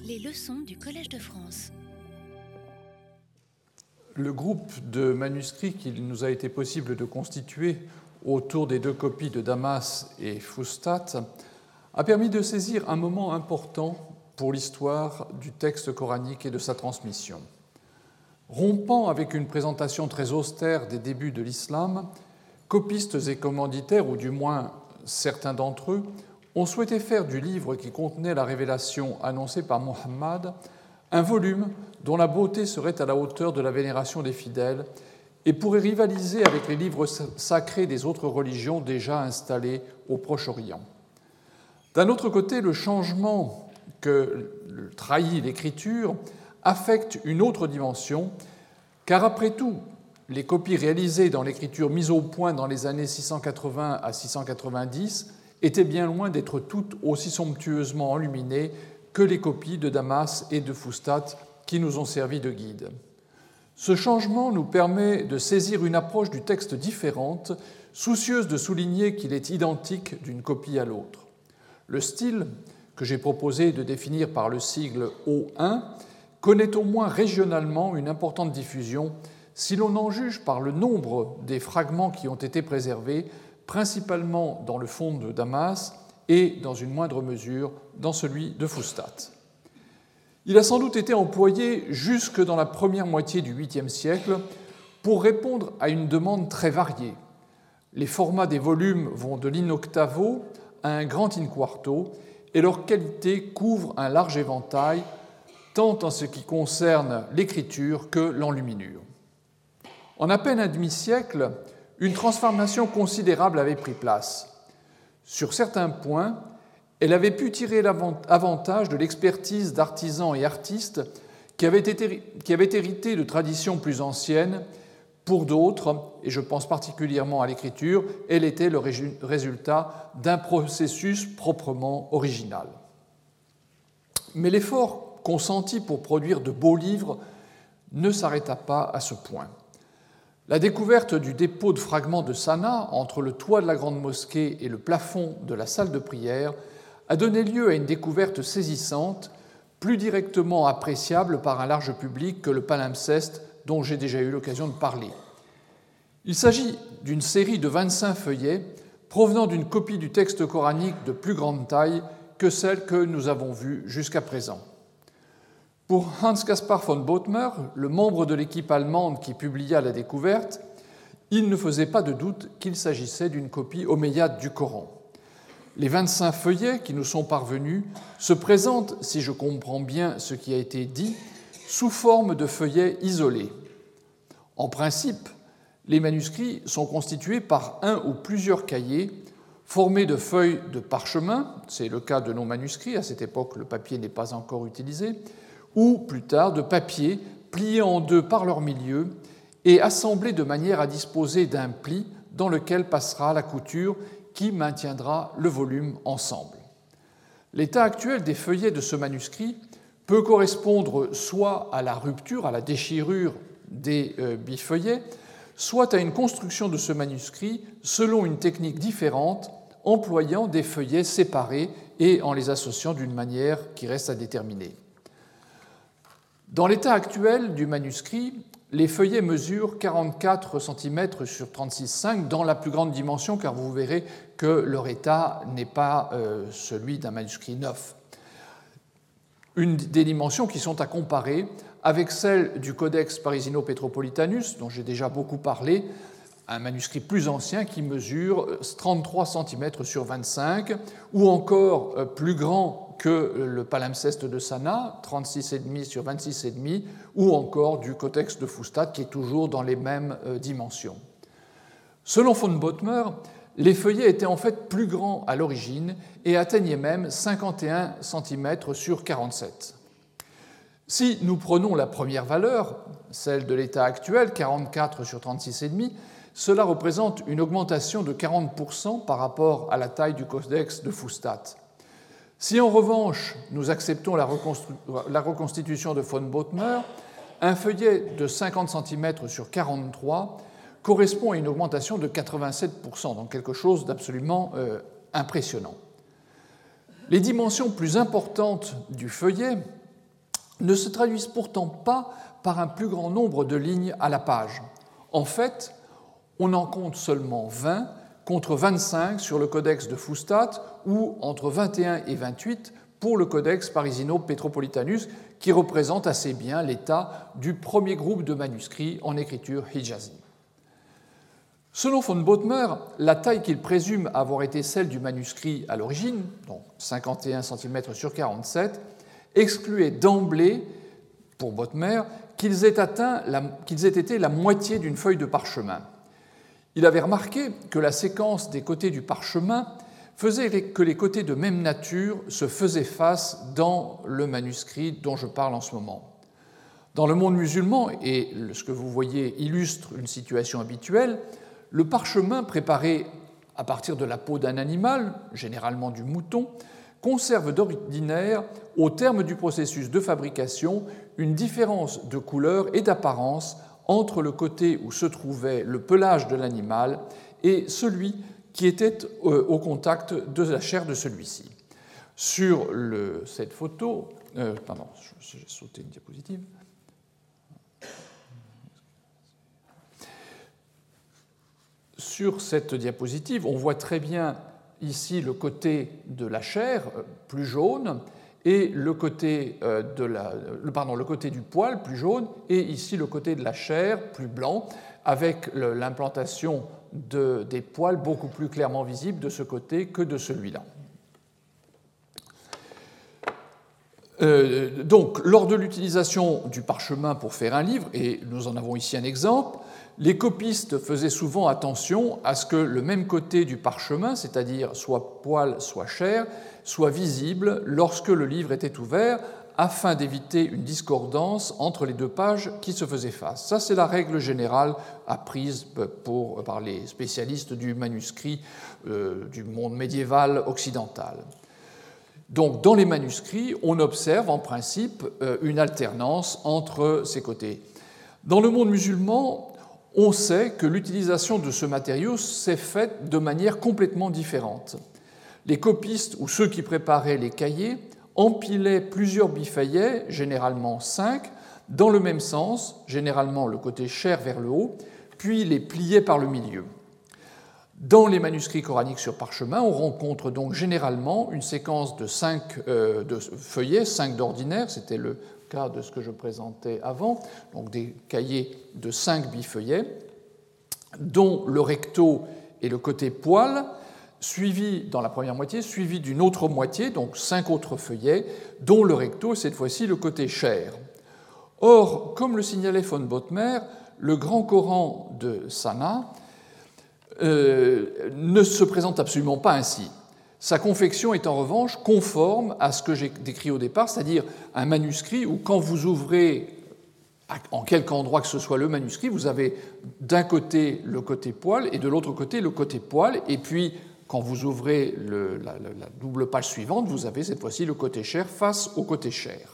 Les leçons du Collège de France. Le groupe de manuscrits qu'il nous a été possible de constituer autour des deux copies de Damas et Fustat a permis de saisir un moment important pour l'histoire du texte coranique et de sa transmission. Rompant avec une présentation très austère des débuts de l'islam, copistes et commanditaires, ou du moins certains d'entre eux, ont souhaité faire du livre qui contenait la révélation annoncée par Muhammad un volume dont la beauté serait à la hauteur de la vénération des fidèles et pourrait rivaliser avec les livres sacrés des autres religions déjà installées au Proche-Orient. D'un autre côté, le changement que trahit l'écriture affecte une autre dimension, car après tout, les copies réalisées dans l'écriture mise au point dans les années 680 à 690 étaient bien loin d'être toutes aussi somptueusement enluminées que les copies de Damas et de Fustat qui nous ont servi de guide. Ce changement nous permet de saisir une approche du texte différente, soucieuse de souligner qu'il est identique d'une copie à l'autre. Le style, que j'ai proposé de définir par le sigle O1, connaît au moins régionalement une importante diffusion si l'on en juge par le nombre des fragments qui ont été préservés, principalement dans le fond de Damas et, dans une moindre mesure, dans celui de Fustat. Il a sans doute été employé jusque dans la première moitié du VIIIe siècle pour répondre à une demande très variée. Les formats des volumes vont de l'in-octavo à un grand in-quarto et leur qualité couvre un large éventail, tant en ce qui concerne l'écriture que l'enluminure. En à peine un demi-siècle, une transformation considérable avait pris place. Sur certains points, elle avait pu tirer l'avantage de l'expertise d'artisans et artistes qui avaient hérité de traditions plus anciennes. Pour d'autres, et je pense particulièrement à l'écriture, elle était le résultat d'un processus proprement original. Mais l'effort consenti pour produire de beaux livres ne s'arrêta pas à ce point. La découverte du dépôt de fragments de Sanaa entre le toit de la grande mosquée et le plafond de la salle de prière a donné lieu à une découverte saisissante, plus directement appréciable par un large public que le palimpseste dont j'ai déjà eu l'occasion de parler. Il s'agit d'une série de 25 feuillets provenant d'une copie du texte coranique de plus grande taille que celle que nous avons vue jusqu'à présent. Pour Hans Caspar von Bothmer, le membre de l'équipe allemande qui publia la découverte, il ne faisait pas de doute qu'il s'agissait d'une copie omeyyade du Coran. Les 25 feuillets qui nous sont parvenus se présentent, si je comprends bien ce qui a été dit, sous forme de feuillets isolés. En principe, les manuscrits sont constitués par un ou plusieurs cahiers formés de feuilles de parchemin, c'est le cas de nos manuscrits, à cette époque le papier n'est pas encore utilisé, ou plus tard de papier pliés en deux par leur milieu et assemblés de manière à disposer d'un pli dans lequel passera la couture qui maintiendra le volume ensemble. L'état actuel des feuillets de ce manuscrit peut correspondre soit à la rupture, à la déchirure des bifeuillets, soit à une construction de ce manuscrit selon une technique différente, employant des feuillets séparés et en les associant d'une manière qui reste à déterminer. Dans l'état actuel du manuscrit, les feuillets mesurent 44 cm sur 36,5 dans la plus grande dimension, car vous verrez que leur état n'est pas celui d'un manuscrit neuf. Des dimensions qui sont à comparer avec celles du Codex Parisino-Petropolitanus, dont j'ai déjà beaucoup parlé, un manuscrit plus ancien qui mesure 33 cm sur 25, ou encore plus grand que le palimpseste de Sanaa, 36,5 sur 26,5, ou encore du Codex de Fustat, qui est toujours dans les mêmes dimensions. Selon von Bothmer, les feuillets étaient en fait plus grands à l'origine et atteignaient même 51 cm sur 47. Si nous prenons la première valeur, celle de l'état actuel, 44 sur 36,5, cela représente une augmentation de 40% par rapport à la taille du Codex de Fustat. Si en revanche nous acceptons la reconstitution de von Bothmer, un feuillet de 50 cm sur 43 correspond à une augmentation de 87%, donc quelque chose d'absolument impressionnant. Les dimensions plus importantes du feuillet ne se traduisent pourtant pas par un plus grand nombre de lignes à la page. En fait, on en compte seulement 20 contre 25 sur le codex de Fustat ou entre 21 et 28 pour le codex Parisino-Petropolitanus, qui représente assez bien l'état du premier groupe de manuscrits en écriture hijazi. Selon von Bothmer, la taille qu'il présume avoir été celle du manuscrit à l'origine, donc 51 cm sur 47, excluait d'emblée, pour Bothmer, qu'ils aient été la moitié d'une feuille de parchemin. Il avait remarqué que la séquence des côtés du parchemin faisait que les côtés de même nature se faisaient face dans le manuscrit dont je parle en ce moment. Dans le monde musulman, et ce que vous voyez illustre une situation habituelle, le parchemin préparé à partir de la peau d'un animal, généralement du mouton, conserve d'ordinaire, au terme du processus de fabrication, une différence de couleur et d'apparence entre le côté où se trouvait le pelage de l'animal et celui qui était au contact de la chair de celui-ci. Sur cette photo, j'ai sauté une diapositive. Sur cette diapositive, on voit très bien ici le côté de la chair plus jaune et le côté, le côté du poil plus jaune et ici le côté de la chair plus blanc avec l'implantation des poils beaucoup plus clairement visibles de ce côté que de celui-là. Donc, lors de l'utilisation du parchemin pour faire un livre, et nous en avons ici un exemple, les copistes faisaient souvent attention à ce que le même côté du parchemin, c'est-à-dire soit poil, soit chair, soit visible lorsque le livre était ouvert, afin d'éviter une discordance entre les deux pages qui se faisaient face. Ça, c'est la règle générale apprise par les spécialistes du manuscrit du monde médiéval occidental. Donc, dans les manuscrits, on observe en principe une alternance entre ces côtés. Dans le monde musulman, on sait que l'utilisation de ce matériau s'est faite de manière complètement différente. Les copistes ou ceux qui préparaient les cahiers empilaient plusieurs bifeuillets, généralement 5, dans le même sens, généralement le côté chair vers le haut, puis les pliaient par le milieu. Dans les manuscrits coraniques sur parchemin, on rencontre donc généralement une séquence de 5 feuillets, 5 d'ordinaire, c'était le cas de ce que je présentais avant, donc des cahiers de 5 bifeuillets, dont le recto et le côté poil, suivi dans la première moitié, suivi d'une autre moitié, donc 5 autres feuillets, dont le recto, cette fois-ci, le côté chair. Or, comme le signalait von Bothmer, le Grand Coran de Sanaa ne se présente absolument pas ainsi. Sa confection est en revanche conforme à ce que j'ai décrit au départ, c'est-à-dire un manuscrit où quand vous ouvrez en quelque endroit que ce soit le manuscrit, vous avez d'un côté le côté poil et de l'autre côté le côté poil, et puis quand vous ouvrez la double page suivante, vous avez cette fois-ci le côté chair face au côté chair.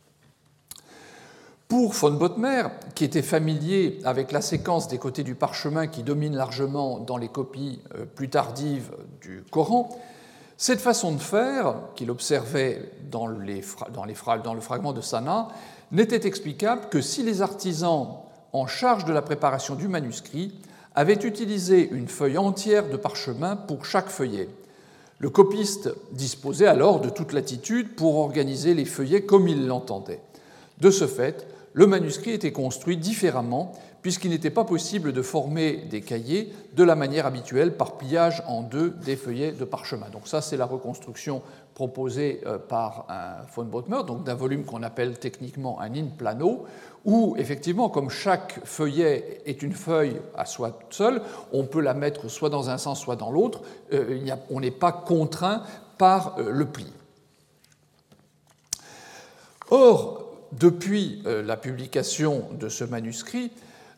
Pour von Bothmer, qui était familier avec la séquence des côtés du parchemin qui domine largement dans les copies plus tardives du Coran, cette façon de faire, qu'il observait dans le fragment de Sanaa, n'était explicable que si les artisans en charge de la préparation du manuscrit avaient utilisé une feuille entière de parchemin pour chaque feuillet. Le copiste disposait alors de toute latitude pour organiser les feuillets comme il l'entendait. De ce fait, le manuscrit était construit différemment puisqu'il n'était pas possible de former des cahiers de la manière habituelle par pliage en deux des feuillets de parchemin. Donc ça, c'est la reconstruction proposée par von Bothmer, donc d'un volume qu'on appelle techniquement un in plano, où effectivement, comme chaque feuillet est une feuille à soi seule, on peut la mettre soit dans un sens, soit dans l'autre, on n'est pas contraint par le pli. Or, depuis la publication de ce manuscrit,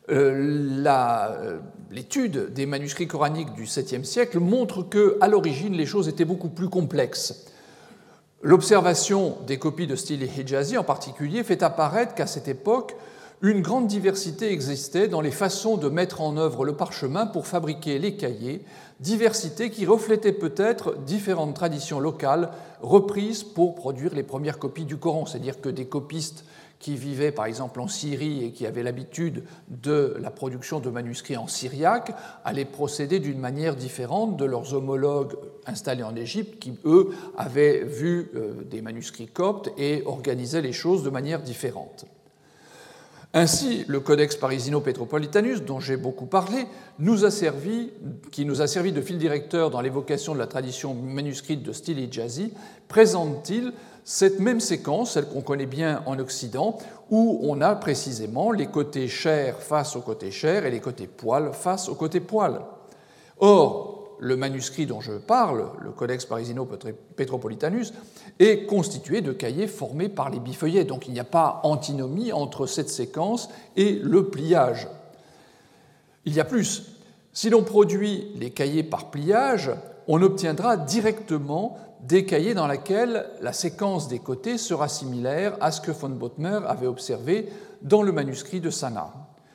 l'étude des manuscrits coraniques du 7e siècle montre qu'à l'origine, les choses étaient beaucoup plus complexes. L'observation des copies de style hijazi, en particulier, fait apparaître qu'à cette époque, une grande diversité existait dans les façons de mettre en œuvre le parchemin pour fabriquer les cahiers, diversité qui reflétait peut-être différentes traditions locales reprises pour produire les premières copies du Coran, c'est-à-dire que des copistes qui vivaient par exemple en Syrie et qui avaient l'habitude de la production de manuscrits en syriaque allaient procéder d'une manière différente de leurs homologues installés en Égypte qui, eux, avaient vu des manuscrits coptes et organisaient les choses de manière différente. Ainsi, le Codex Parisino-Petropolitanus, dont j'ai beaucoup parlé, qui nous a servi de fil directeur dans l'évocation de la tradition manuscrite de style hijazi, présente-t-il cette même séquence, celle qu'on connaît bien en Occident, où on a précisément les côtés chair face aux côtés chair et les côtés poil face aux côtés poil. Or, le manuscrit dont je parle, le Codex Parisino-Petropolitanus, est constitué de cahiers formés par les bifeuillets. Donc il n'y a pas antinomie entre cette séquence et le pliage. Il y a plus. Si l'on produit les cahiers par pliage, on obtiendra directement des cahiers dans lesquels la séquence des côtés sera similaire à ce que von Bothmer avait observé dans le manuscrit de Sanaa.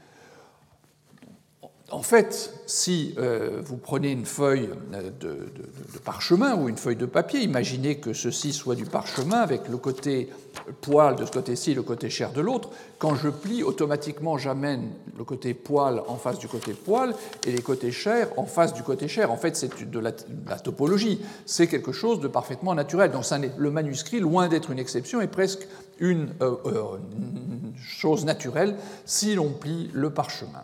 En fait, si vous prenez une feuille de parchemin ou une feuille de papier, imaginez que ceci soit du parchemin avec le côté poil de ce côté-ci et le côté chair de l'autre. Quand je plie, automatiquement, j'amène le côté poil en face du côté poil et les côtés chair en face du côté chair. En fait, c'est de la topologie. C'est quelque chose de parfaitement naturel. Donc, le manuscrit, loin d'être une exception, est presque une chose naturelle si l'on plie le parchemin.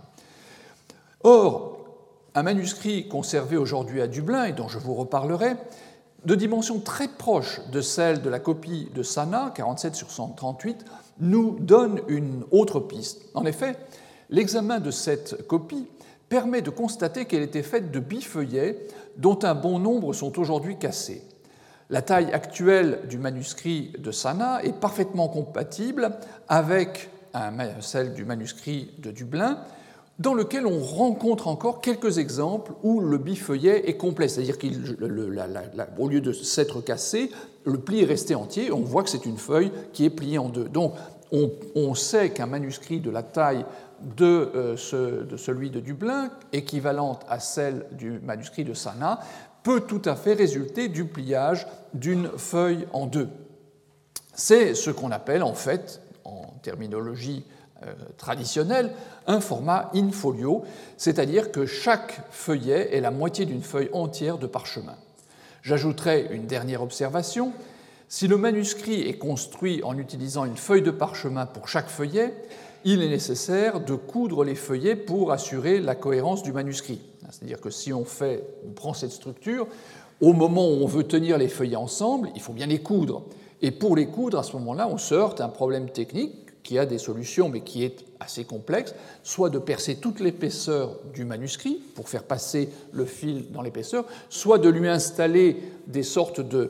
Or, un manuscrit conservé aujourd'hui à Dublin, et dont je vous reparlerai, de dimension très proche de celle de la copie de Sanaa, 47 sur 138, nous donne une autre piste. En effet, l'examen de cette copie permet de constater qu'elle était faite de bifeuillets dont un bon nombre sont aujourd'hui cassés. La taille actuelle du manuscrit de Sanaa est parfaitement compatible avec celle du manuscrit de Dublin, dans lequel on rencontre encore quelques exemples où le bifeuillet est complet, c'est-à-dire qu'au lieu de s'être cassé, le pli est resté entier, et on voit que c'est une feuille qui est pliée en deux. Donc on sait qu'un manuscrit de la taille de celui de Dublin, équivalente à celle du manuscrit de Sanaa, peut tout à fait résulter du pliage d'une feuille en deux. C'est ce qu'on appelle en fait, en terminologie traditionnel, un format in folio, c'est-à-dire que chaque feuillet est la moitié d'une feuille entière de parchemin. J'ajouterai une dernière observation. Si le manuscrit est construit en utilisant une feuille de parchemin pour chaque feuillet, il est nécessaire de coudre les feuillets pour assurer la cohérence du manuscrit. C'est-à-dire que si on prend cette structure, au moment où on veut tenir les feuillets ensemble, il faut bien les coudre. Et pour les coudre, à ce moment-là, on se heurte à un problème technique qui a des solutions, mais qui est assez complexe, soit de percer toute l'épaisseur du manuscrit pour faire passer le fil dans l'épaisseur, soit de lui installer des sortes de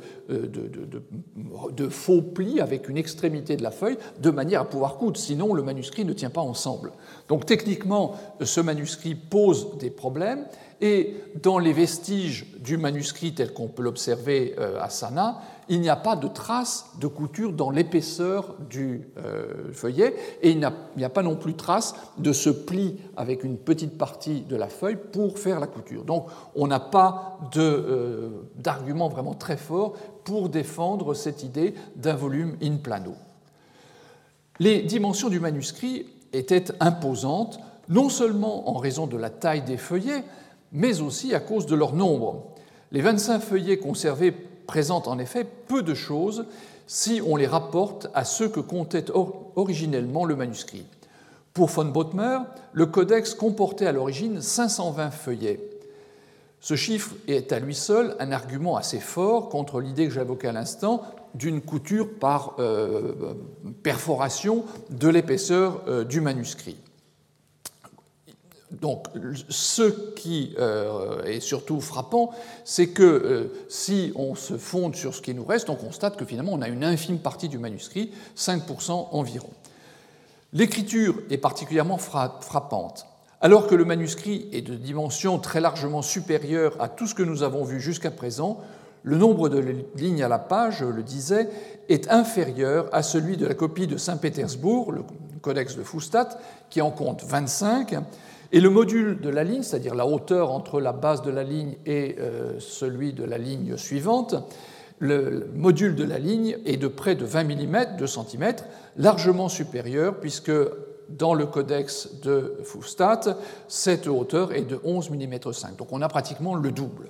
faux plis avec une extrémité de la feuille, de manière à pouvoir coudre, sinon le manuscrit ne tient pas ensemble. Donc techniquement, ce manuscrit pose des problèmes, et dans les vestiges du manuscrit tel qu'on peut l'observer à Sanaa, il n'y a pas de trace de couture dans l'épaisseur du feuillet, et il n'y a pas non plus trace de ce pli avec une petite partie de la feuille pour faire la couture. Donc on n'a pas d'argument vraiment très fort pour défendre cette idée d'un volume in plano. Les dimensions du manuscrit étaient imposantes, non seulement en raison de la taille des feuillets, mais aussi à cause de leur nombre. Les 25 feuillets conservés présentent en effet peu de choses si on les rapporte à ceux que comptait originellement le manuscrit. Pour von Bothmer, le codex comportait à l'origine 520 feuillets. Ce chiffre est à lui seul un argument assez fort contre l'idée que j'évoquais à l'instant d'une couture par perforation de l'épaisseur du manuscrit. Donc, ce qui est surtout frappant, c'est que si on se fonde sur ce qui nous reste, on constate que finalement on a une infime partie du manuscrit, 5% environ. L'écriture est particulièrement frappante. Alors que le manuscrit est de dimension très largement supérieure à tout ce que nous avons vu jusqu'à présent, le nombre de lignes à la page, je le disais, est inférieur à celui de la copie de Saint-Pétersbourg, le codex de Fustat, qui en compte 25, et le module de la ligne, c'est-à-dire la hauteur entre la base de la ligne et celui de la ligne suivante, le module de la ligne est de près de 20 mm, 2 cm, largement supérieur, puisque dans le codex de Fustat, cette hauteur est de 11 mm 5. Donc on a pratiquement le double.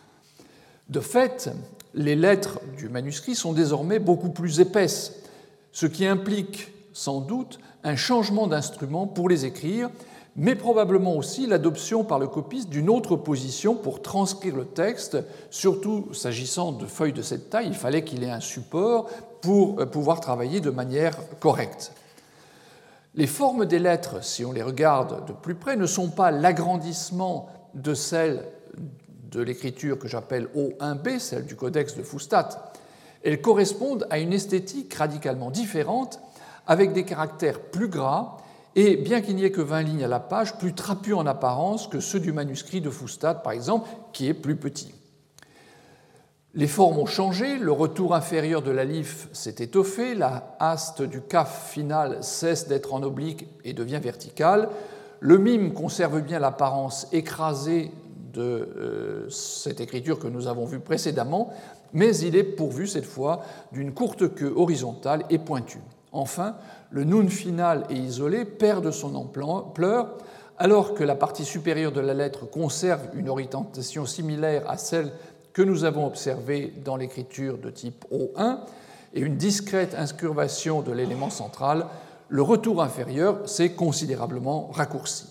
De fait, les lettres du manuscrit sont désormais beaucoup plus épaisses, ce qui implique sans doute un changement d'instrument pour les écrire, mais probablement aussi l'adoption par le copiste d'une autre position pour transcrire le texte. Surtout s'agissant de feuilles de cette taille, il fallait qu'il ait un support pour pouvoir travailler de manière correcte. Les formes des lettres, si on les regarde de plus près, ne sont pas l'agrandissement de celles de l'écriture que j'appelle O1b, celle du codex de Fustat. Elles correspondent à une esthétique radicalement différente, avec des caractères plus gras et, bien qu'il n'y ait que 20 lignes à la page, plus trapus en apparence que ceux du manuscrit de Fustat, par exemple, qui est plus petit. Les formes ont changé, le retour inférieur de l'alif s'est étoffé, la haste du kaf final cesse d'être en oblique et devient verticale, le mime conserve bien l'apparence écrasée de cette écriture que nous avons vue précédemment, mais il est pourvu cette fois d'une courte queue horizontale et pointue. Enfin, le nun final et isolé perd de son ampleur, alors que la partie supérieure de la lettre conserve une orientation similaire à celle que nous avons observée dans l'écriture de type O1 et une discrète incurvation de l'élément central, le retour inférieur s'est considérablement raccourci.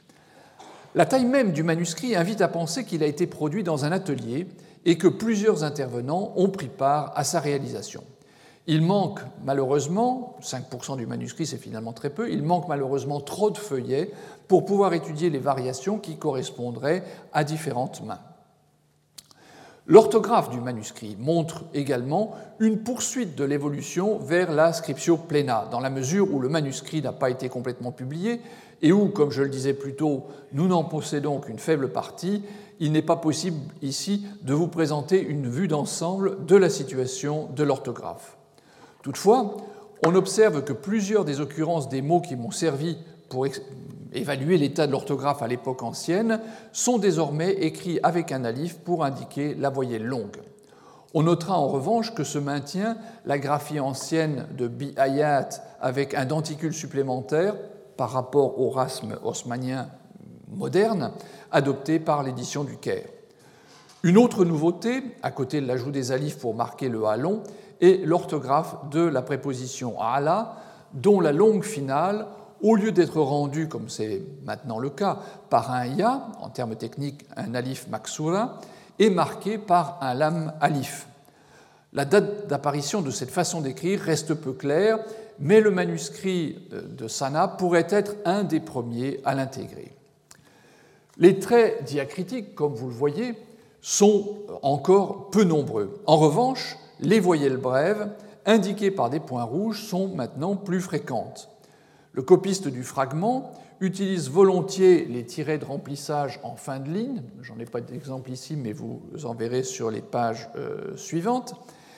La taille même du manuscrit invite à penser qu'il a été produit dans un atelier et que plusieurs intervenants ont pris part à sa réalisation. Il manque malheureusement, 5% du manuscrit c'est finalement très peu, il manque malheureusement trop de feuillets pour pouvoir étudier les variations qui correspondraient à différentes mains. L'orthographe du manuscrit montre également une poursuite de l'évolution vers la scriptio plena, dans la mesure où le manuscrit n'a pas été complètement publié et où, comme je le disais plus tôt, nous n'en possédons qu'une faible partie. Il n'est pas possible ici de vous présenter une vue d'ensemble de la situation de l'orthographe. Toutefois, on observe que plusieurs des occurrences des mots qui m'ont servi pour évaluer l'état de l'orthographe à l'époque ancienne sont désormais écrits avec un alif pour indiquer la voyelle longue. On notera en revanche que se maintient la graphie ancienne de bi-ayat avec un denticule supplémentaire par rapport au rasme haussmannien moderne adopté par l'édition du Caire. Une autre nouveauté, à côté de l'ajout des alifs pour marquer le A long, est l'orthographe de la préposition ala, dont la longue finale, au lieu d'être rendue, comme c'est maintenant le cas, par un ya, en termes techniques un alif maksura, est marquée par un lam alif. La date d'apparition de cette façon d'écrire reste peu claire, mais le manuscrit de Sana pourrait être un des premiers à l'intégrer. Les traits diacritiques, comme vous le voyez, sont encore peu nombreux. En revanche, les voyelles brèves, indiquées par des points rouges, sont maintenant plus fréquentes. Le copiste du fragment utilise volontiers les tirets de remplissage en fin de ligne. J'en ai pas d'exemple ici, mais vous en verrez sur les pages suivantes.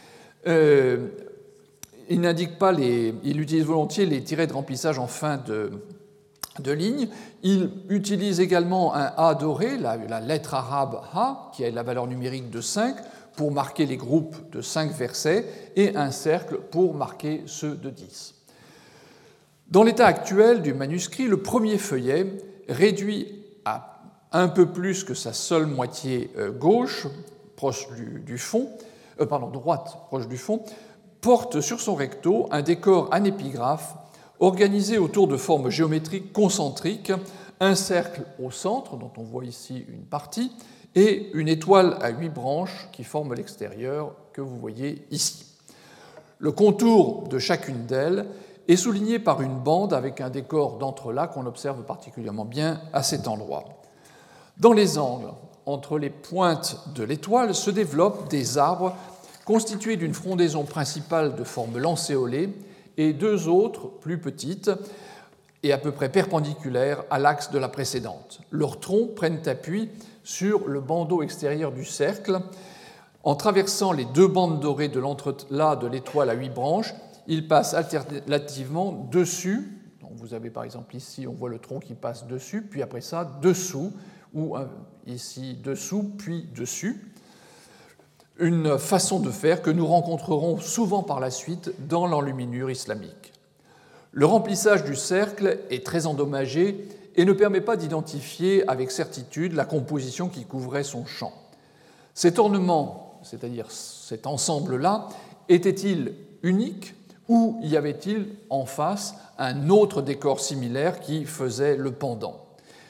Il utilise volontiers les tirets de remplissage en fin de ligne. Il utilise également un A doré, la lettre arabe Ha, qui a la valeur numérique de 5, pour marquer les groupes de 5 versets, et un cercle pour marquer ceux de 10. Dans l'état actuel du manuscrit, le premier feuillet, réduit à un peu plus que sa seule moitié gauche, proche du fond, droite, proche du fond, porte sur son recto un décor anépigraphe organisé autour de formes géométriques concentriques, un cercle au centre, dont on voit ici une partie, et une étoile à 8 branches qui forment l'extérieur que vous voyez ici. Le contour de chacune d'elles est souligné par une bande avec un décor d'entrelacs qu'on observe particulièrement bien à cet endroit. Dans les angles, entre les pointes de l'étoile, se développent des arbres constitués d'une frondaison principale de forme lancéolée et deux autres, plus petites et à peu près perpendiculaires à l'axe de la précédente. Leurs troncs prennent appui sur le bandeau extérieur du cercle. En traversant les deux bandes dorées de l'entrelac de l'étoile à 8 branches, il passe alternativement dessus, donc vous avez par exemple ici, on voit le tronc qui passe dessus, puis après ça, dessous, ou ici, dessous, puis dessus. Une façon de faire que nous rencontrerons souvent par la suite dans l'enluminure islamique. Le remplissage du cercle est très endommagé et ne permet pas d'identifier avec certitude la composition qui couvrait son champ. Cet ornement, c'est-à-dire cet ensemble-là, était-il unique ou y avait-il en face un autre décor similaire qui faisait le pendant ?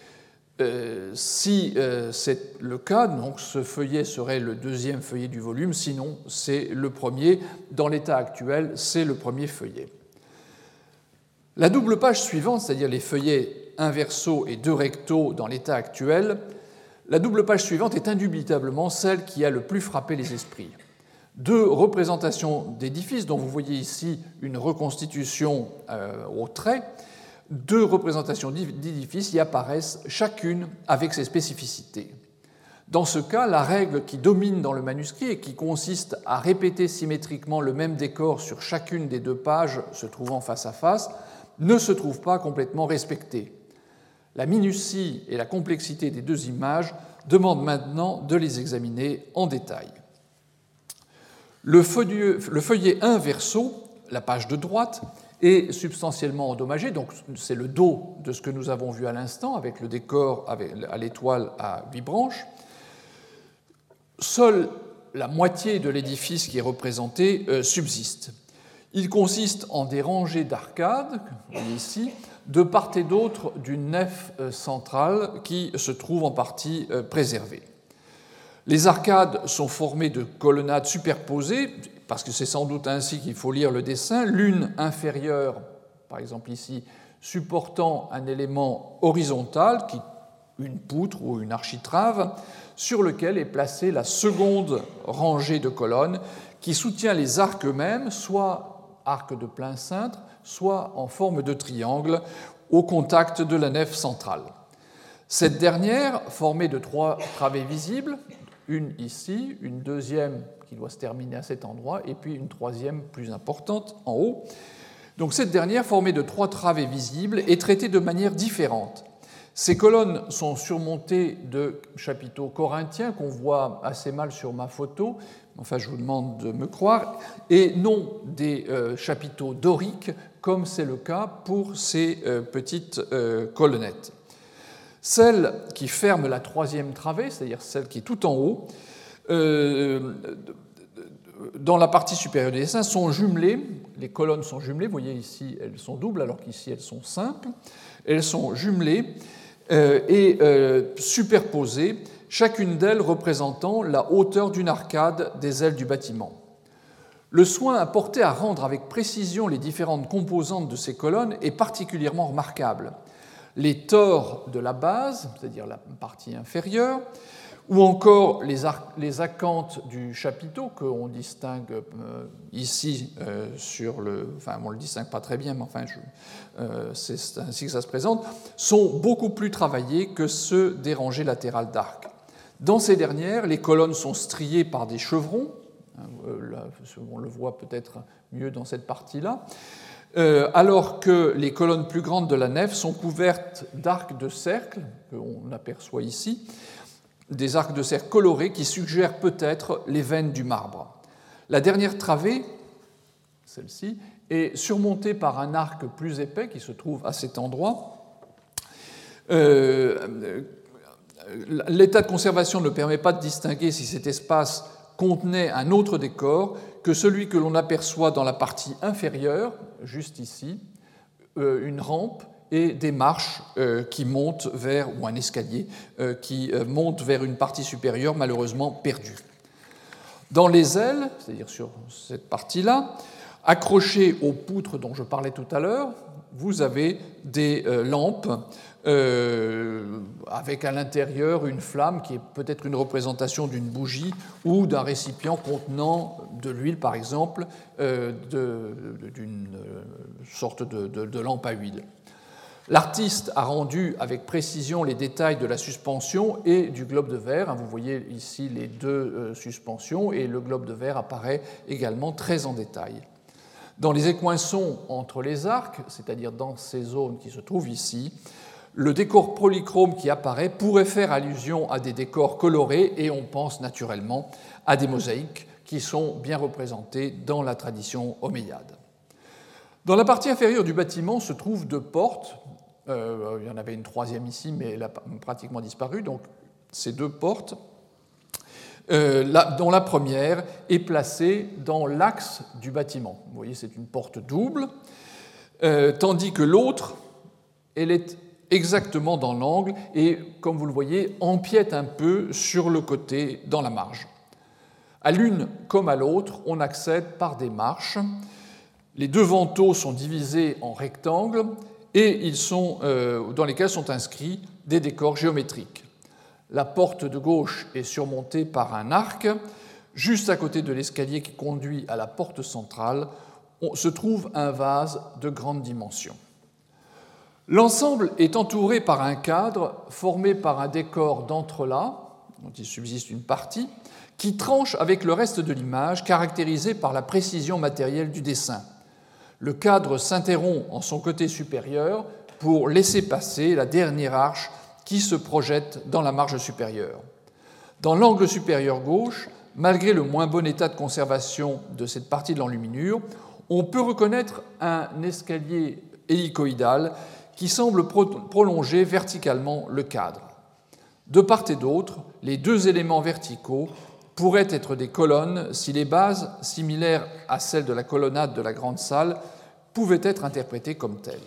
Si c'est le cas, donc ce feuillet serait le deuxième feuillet du volume, sinon c'est le premier. Dans l'état actuel, c'est le premier feuillet. La double page suivante, c'est-à-dire les feuillets inversaux et deux rectaux dans l'état actuel, la double page suivante est indubitablement celle qui a le plus frappé les esprits. Deux représentations d'édifices, dont vous voyez ici une reconstitution au trait, deux représentations d'édifices y apparaissent chacune avec ses spécificités. Dans ce cas, la règle qui domine dans le manuscrit et qui consiste à répéter symétriquement le même décor sur chacune des deux pages se trouvant face à face ne se trouve pas complètement respectée. La minutie et la complexité des deux images demandent maintenant de les examiner en détail. Le feuillet 1 verso, la page de droite, est substantiellement endommagé, donc c'est le dos de ce que nous avons vu à l'instant, avec le décor à l'étoile à 8 branches. Seule la moitié de l'édifice qui est représenté subsiste. Il consiste en des rangées d'arcades, ici, de part et d'autre d'une nef centrale qui se trouve en partie préservée. Les arcades sont formées de colonnades superposées, parce que c'est sans doute ainsi qu'il faut lire le dessin, l'une inférieure, par exemple ici, supportant un élément horizontal, une poutre ou une architrave, sur lequel est placée la seconde rangée de colonnes qui soutient les arcs eux-mêmes, soit arcs de plein cintre, soit en forme de triangle, au contact de la nef centrale. Cette dernière, formée de 3 travées visibles, une ici, une deuxième qui doit se terminer à cet endroit, et puis une troisième plus importante en haut. Donc cette dernière, formée de 3 travées visibles, est traitée de manière différente. Ces colonnes sont surmontées de chapiteaux corinthiens qu'on voit assez mal sur ma photo, enfin je vous demande de me croire, et non des chapiteaux doriques, comme c'est le cas pour ces petites colonnettes. Celle qui ferme la troisième travée, c'est-à-dire celle qui est tout en haut, dans la partie supérieure du dessin, sont jumelées, les colonnes sont jumelées, vous voyez ici elles sont doubles alors qu'ici elles sont simples, elles sont jumelées et superposées, chacune d'elles représentant la hauteur d'une arcade des ailes du bâtiment. Le soin apporté à rendre avec précision les différentes composantes de ces colonnes est particulièrement remarquable. Les tors de la base, c'est-à-dire la partie inférieure, ou encore les acanthes du chapiteau qu'on distingue ici sur le... Enfin, on ne le distingue pas très bien, mais enfin, c'est ainsi que ça se présente, sont beaucoup plus travaillés que ceux des rangées latérales d'arcs. Dans ces dernières, les colonnes sont striées par des chevrons, on le voit peut-être mieux dans cette partie-là, alors que les colonnes plus grandes de la nef sont couvertes d'arcs de cercle, qu'on aperçoit ici, des arcs de cercle colorés qui suggèrent peut-être les veines du marbre. La dernière travée, celle-ci, est surmontée par un arc plus épais qui se trouve à cet endroit. L'état de conservation ne permet pas de distinguer si cet espace contenait un autre décor que celui que l'on aperçoit dans la partie inférieure, juste ici, une rampe et des marches qui montent vers, ou un escalier qui monte vers une partie supérieure malheureusement perdue. Dans les ailes, c'est-à-dire sur cette partie-là, accrochées aux poutres dont je parlais tout à l'heure, vous avez des lampes avec à l'intérieur une flamme qui est peut-être une représentation d'une bougie ou d'un récipient contenant de l'huile, par exemple, d'une sorte de lampe à huile. L'artiste a rendu avec précision les détails de la suspension et du globe de verre. Vous voyez ici les deux suspensions et le globe de verre apparaît également très en détail. Dans les écoinçons entre les arcs, c'est-à-dire dans ces zones qui se trouvent ici, le décor polychrome qui apparaît pourrait faire allusion à des décors colorés et on pense naturellement à des mosaïques qui sont bien représentées dans la tradition omeyyade. Dans la partie inférieure du bâtiment se trouvent deux portes. Il y en avait une troisième ici, mais elle a pratiquement disparu. Donc, ces deux portes, dont la première est placée dans l'axe du bâtiment. Vous voyez, c'est une porte double, tandis que l'autre, elle est exactement dans l'angle et, comme vous le voyez, empiète un peu sur le côté dans la marge. À l'une comme à l'autre, on accède par des marches. Les deux vantaux sont divisés en rectangles et dans lesquels sont inscrits des décors géométriques. La porte de gauche est surmontée par un arc. Juste à côté de l'escalier qui conduit à la porte centrale, se trouve un vase de grande dimension. L'ensemble est entouré par un cadre formé par un décor d'entrelacs, dont il subsiste une partie, qui tranche avec le reste de l'image, caractérisé par la précision matérielle du dessin. Le cadre s'interrompt en son côté supérieur pour laisser passer la dernière arche qui se projette dans la marge supérieure. Dans l'angle supérieur gauche, malgré le moins bon état de conservation de cette partie de l'enluminure, on peut reconnaître un escalier hélicoïdal qui semble prolonger verticalement le cadre. De part et d'autre, les deux éléments verticaux pourraient être des colonnes si les bases, similaires à celles de la colonnade de la grande salle, pouvaient être interprétées comme telles.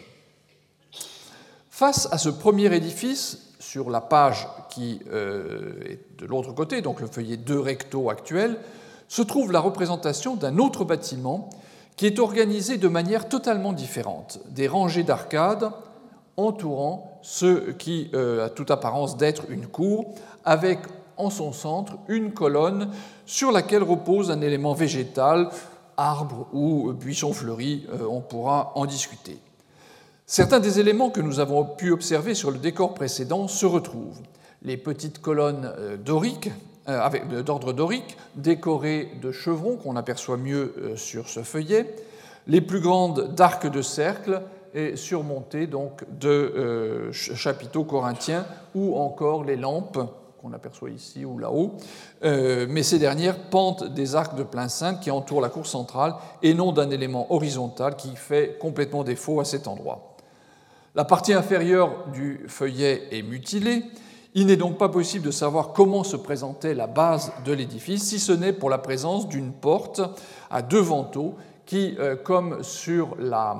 Face à ce premier édifice, sur la page qui est de l'autre côté, donc le feuillet 2 recto actuel, se trouve la représentation d'un autre bâtiment qui est organisé de manière totalement différente, des rangées d'arcades entourant ce qui a toute apparence d'être une cour, avec en son centre une colonne sur laquelle repose un élément végétal, arbre ou buisson fleuri, on pourra en discuter. Certains des éléments que nous avons pu observer sur le décor précédent se retrouvent. Les petites colonnes doriques, d'ordre dorique, décorées de chevrons qu'on aperçoit mieux sur ce feuillet, les plus grandes d'arcs de cercle et surmontées donc de chapiteaux corinthiens ou encore les lampes qu'on aperçoit ici ou là-haut, mais ces dernières pendent des arcs de plein cintre qui entourent la cour centrale et non d'un élément horizontal qui fait complètement défaut à cet endroit. La partie inférieure du feuillet est mutilée. Il n'est donc pas possible de savoir comment se présentait la base de l'édifice, si ce n'est pour la présence d'une porte à deux vantaux qui, comme sur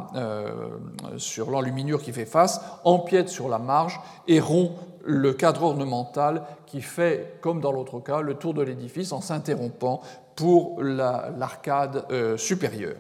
l'enluminure qui fait face, empiète sur la marge et rompt le cadre ornemental qui fait, comme dans l'autre cas, le tour de l'édifice en s'interrompant pour l'arcade supérieure.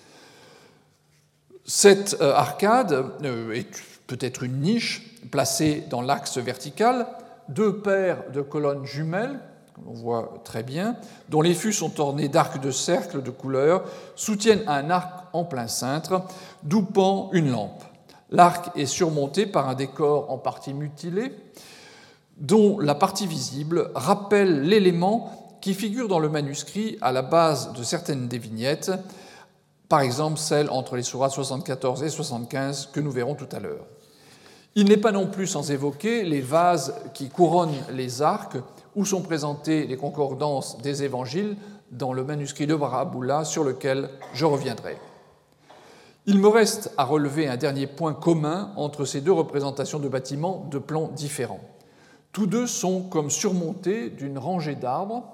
Cette arcade est peut-être une niche placée dans l'axe vertical, deux paires de colonnes jumelles, comme on voit très bien, dont les fûts sont ornés d'arcs de cercle de couleur, soutiennent un arc en plein cintre, d'où pend une lampe. L'arc est surmonté par un décor en partie mutilé, dont la partie visible rappelle l'élément qui figure dans le manuscrit à la base de certaines des vignettes, par exemple celle entre les sourates 74 et 75 que nous verrons tout à l'heure. Il n'est pas non plus sans évoquer les vases qui couronnent les arcs où sont présentées les concordances des évangiles dans le manuscrit de Baraboula sur lequel je reviendrai. Il me reste à relever un dernier point commun entre ces deux représentations de bâtiments de plans différents. Tous deux sont comme surmontés d'une rangée d'arbres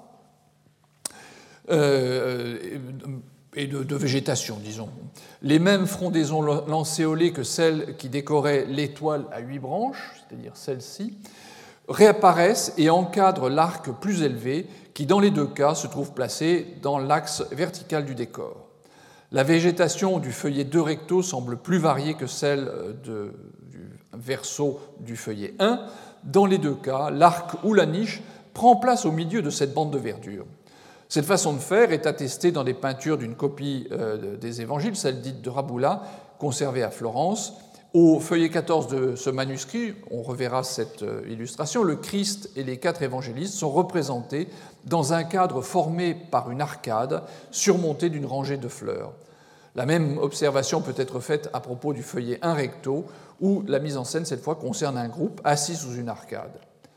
et de végétation, disons. Les mêmes frondaisons lancéolées que celles qui décoraient l'étoile à 8 branches, c'est-à-dire celle-ci, réapparaissent et encadrent l'arc plus élevé qui, dans les deux cas, se trouve placé dans l'axe vertical du décor. La végétation du feuillet 2 recto semble plus variée que celle du verso du feuillet 1. Dans les deux cas, l'arc ou la niche prend place au milieu de cette bande de verdure. Cette façon de faire est attestée dans des peintures d'une copie des évangiles, celle dite de Raboula, conservée à Florence. Au feuillet 14 de ce manuscrit, on reverra cette illustration, le Christ et les 4 évangélistes sont représentés dans un cadre formé par une arcade surmontée d'une rangée de fleurs. La même observation peut être faite à propos du feuillet un recto, où la mise en scène, cette fois, concerne un groupe assis sous une arcade.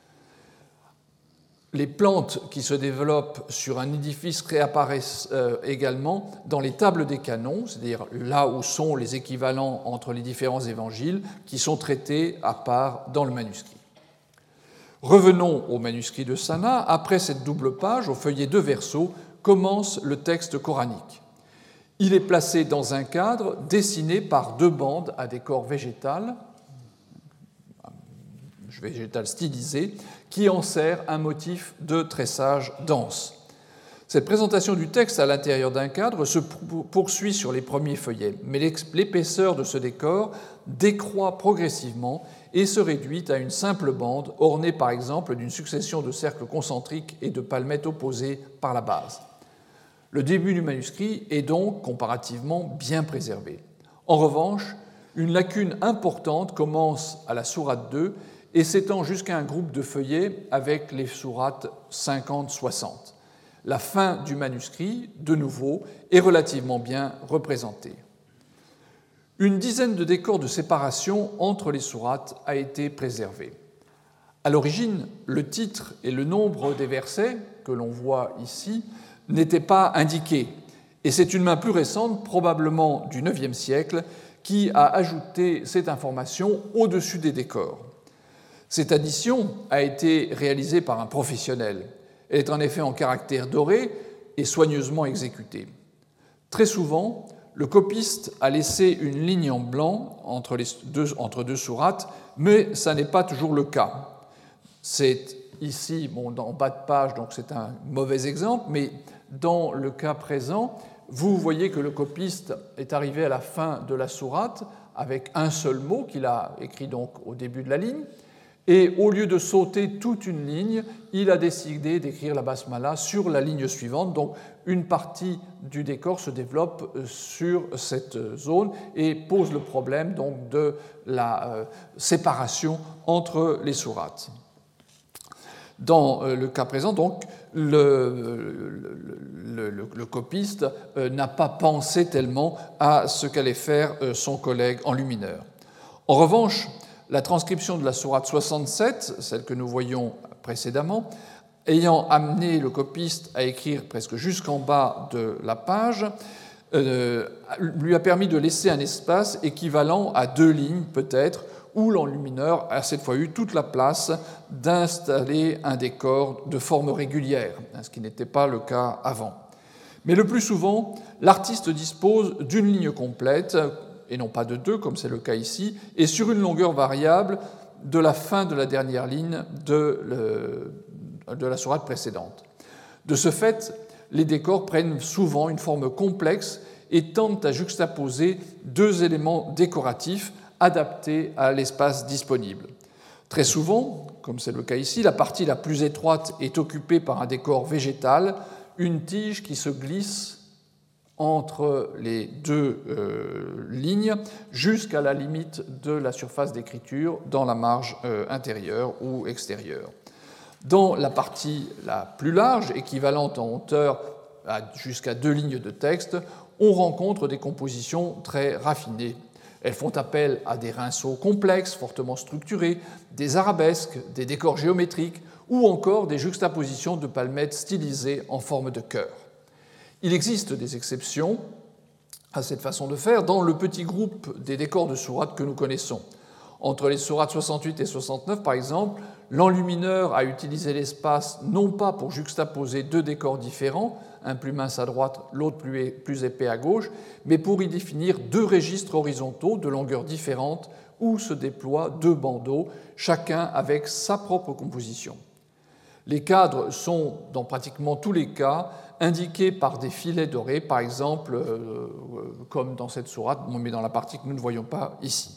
Les plantes qui se développent sur un édifice réapparaissent également dans les tables des canons, c'est-à-dire là où sont les équivalents entre les différents évangiles qui sont traités à part dans le manuscrit. Revenons au manuscrit de Sana. Après cette double page, au feuillet 2 verso, commence le texte coranique. Il est placé dans un cadre dessiné par 2 bandes à décor végétal stylisé, qui en sert un motif de tressage dense. Cette présentation du texte à l'intérieur d'un cadre se poursuit sur les premiers feuillets, mais l'épaisseur de ce décor décroît progressivement et se réduit à une simple bande ornée par exemple d'une succession de cercles concentriques et de palmettes opposées par la base. Le début du manuscrit est donc comparativement bien préservé. En revanche, une lacune importante commence à la sourate 2 et s'étend jusqu'à un groupe de feuillets avec les sourates 50-60. La fin du manuscrit, de nouveau, est relativement bien représentée. Une dizaine de décors de séparation entre les sourates a été préservée. À l'origine, le titre et le nombre des versets, que l'on voit ici, n'étaient pas indiqués, et c'est une main plus récente, probablement du IXe siècle, qui a ajouté cette information au-dessus des décors. Cette addition a été réalisée par un professionnel. Elle est en effet en caractère doré et soigneusement exécutée. Très souvent, le copiste a laissé une ligne en blanc entre deux sourates, mais ça n'est pas toujours le cas. C'est ici, en bas de page, donc c'est un mauvais exemple, mais dans le cas présent, vous voyez que le copiste est arrivé à la fin de la sourate avec un seul mot qu'il a écrit donc au début de la ligne, et au lieu de sauter toute une ligne, il a décidé d'écrire la basmala sur la ligne suivante. Donc une partie du décor se développe sur cette zone et pose le problème donc, de la séparation entre les sourates. Dans le cas présent, donc, le copiste n'a pas pensé tellement à ce qu'allait faire son collègue enlumineur. En revanche, la transcription de la sourate 67, celle que nous voyions précédemment, ayant amené le copiste à écrire presque jusqu'en bas de la page, lui a permis de laisser un espace équivalent à 2 lignes peut-être, où l'enlumineur a cette fois eu toute la place d'installer un décor de forme régulière, ce qui n'était pas le cas avant. Mais le plus souvent, l'artiste dispose d'une ligne complète, et non pas de 2, comme c'est le cas ici, et sur une longueur variable de la fin de la dernière ligne de la sourate précédente. De ce fait, les décors prennent souvent une forme complexe et tendent à juxtaposer 2 éléments décoratifs adaptés à l'espace disponible. Très souvent, comme c'est le cas ici, la partie la plus étroite est occupée par un décor végétal, une tige qui se glisse entre les 2 lignes jusqu'à la limite de la surface d'écriture dans la marge intérieure ou extérieure. Dans la partie la plus large, équivalente en hauteur jusqu'à 2 lignes de texte, on rencontre des compositions très raffinées. Elles font appel à des rinceaux complexes, fortement structurés, des arabesques, des décors géométriques ou encore des juxtapositions de palmettes stylisées en forme de cœur. Il existe des exceptions à cette façon de faire dans le petit groupe des décors de sourates que nous connaissons. Entre les sourates 68 et 69, par exemple, l'enlumineur a utilisé l'espace non pas pour juxtaposer 2 décors différents, un plus mince à droite, l'autre plus épais à gauche, mais pour y définir 2 registres horizontaux de longueur différente où se déploient 2 bandeaux, chacun avec sa propre composition. Les cadres sont, dans pratiquement tous les cas, indiqués par des filets dorés, par exemple, comme dans cette sourate, mais dans la partie que nous ne voyons pas ici.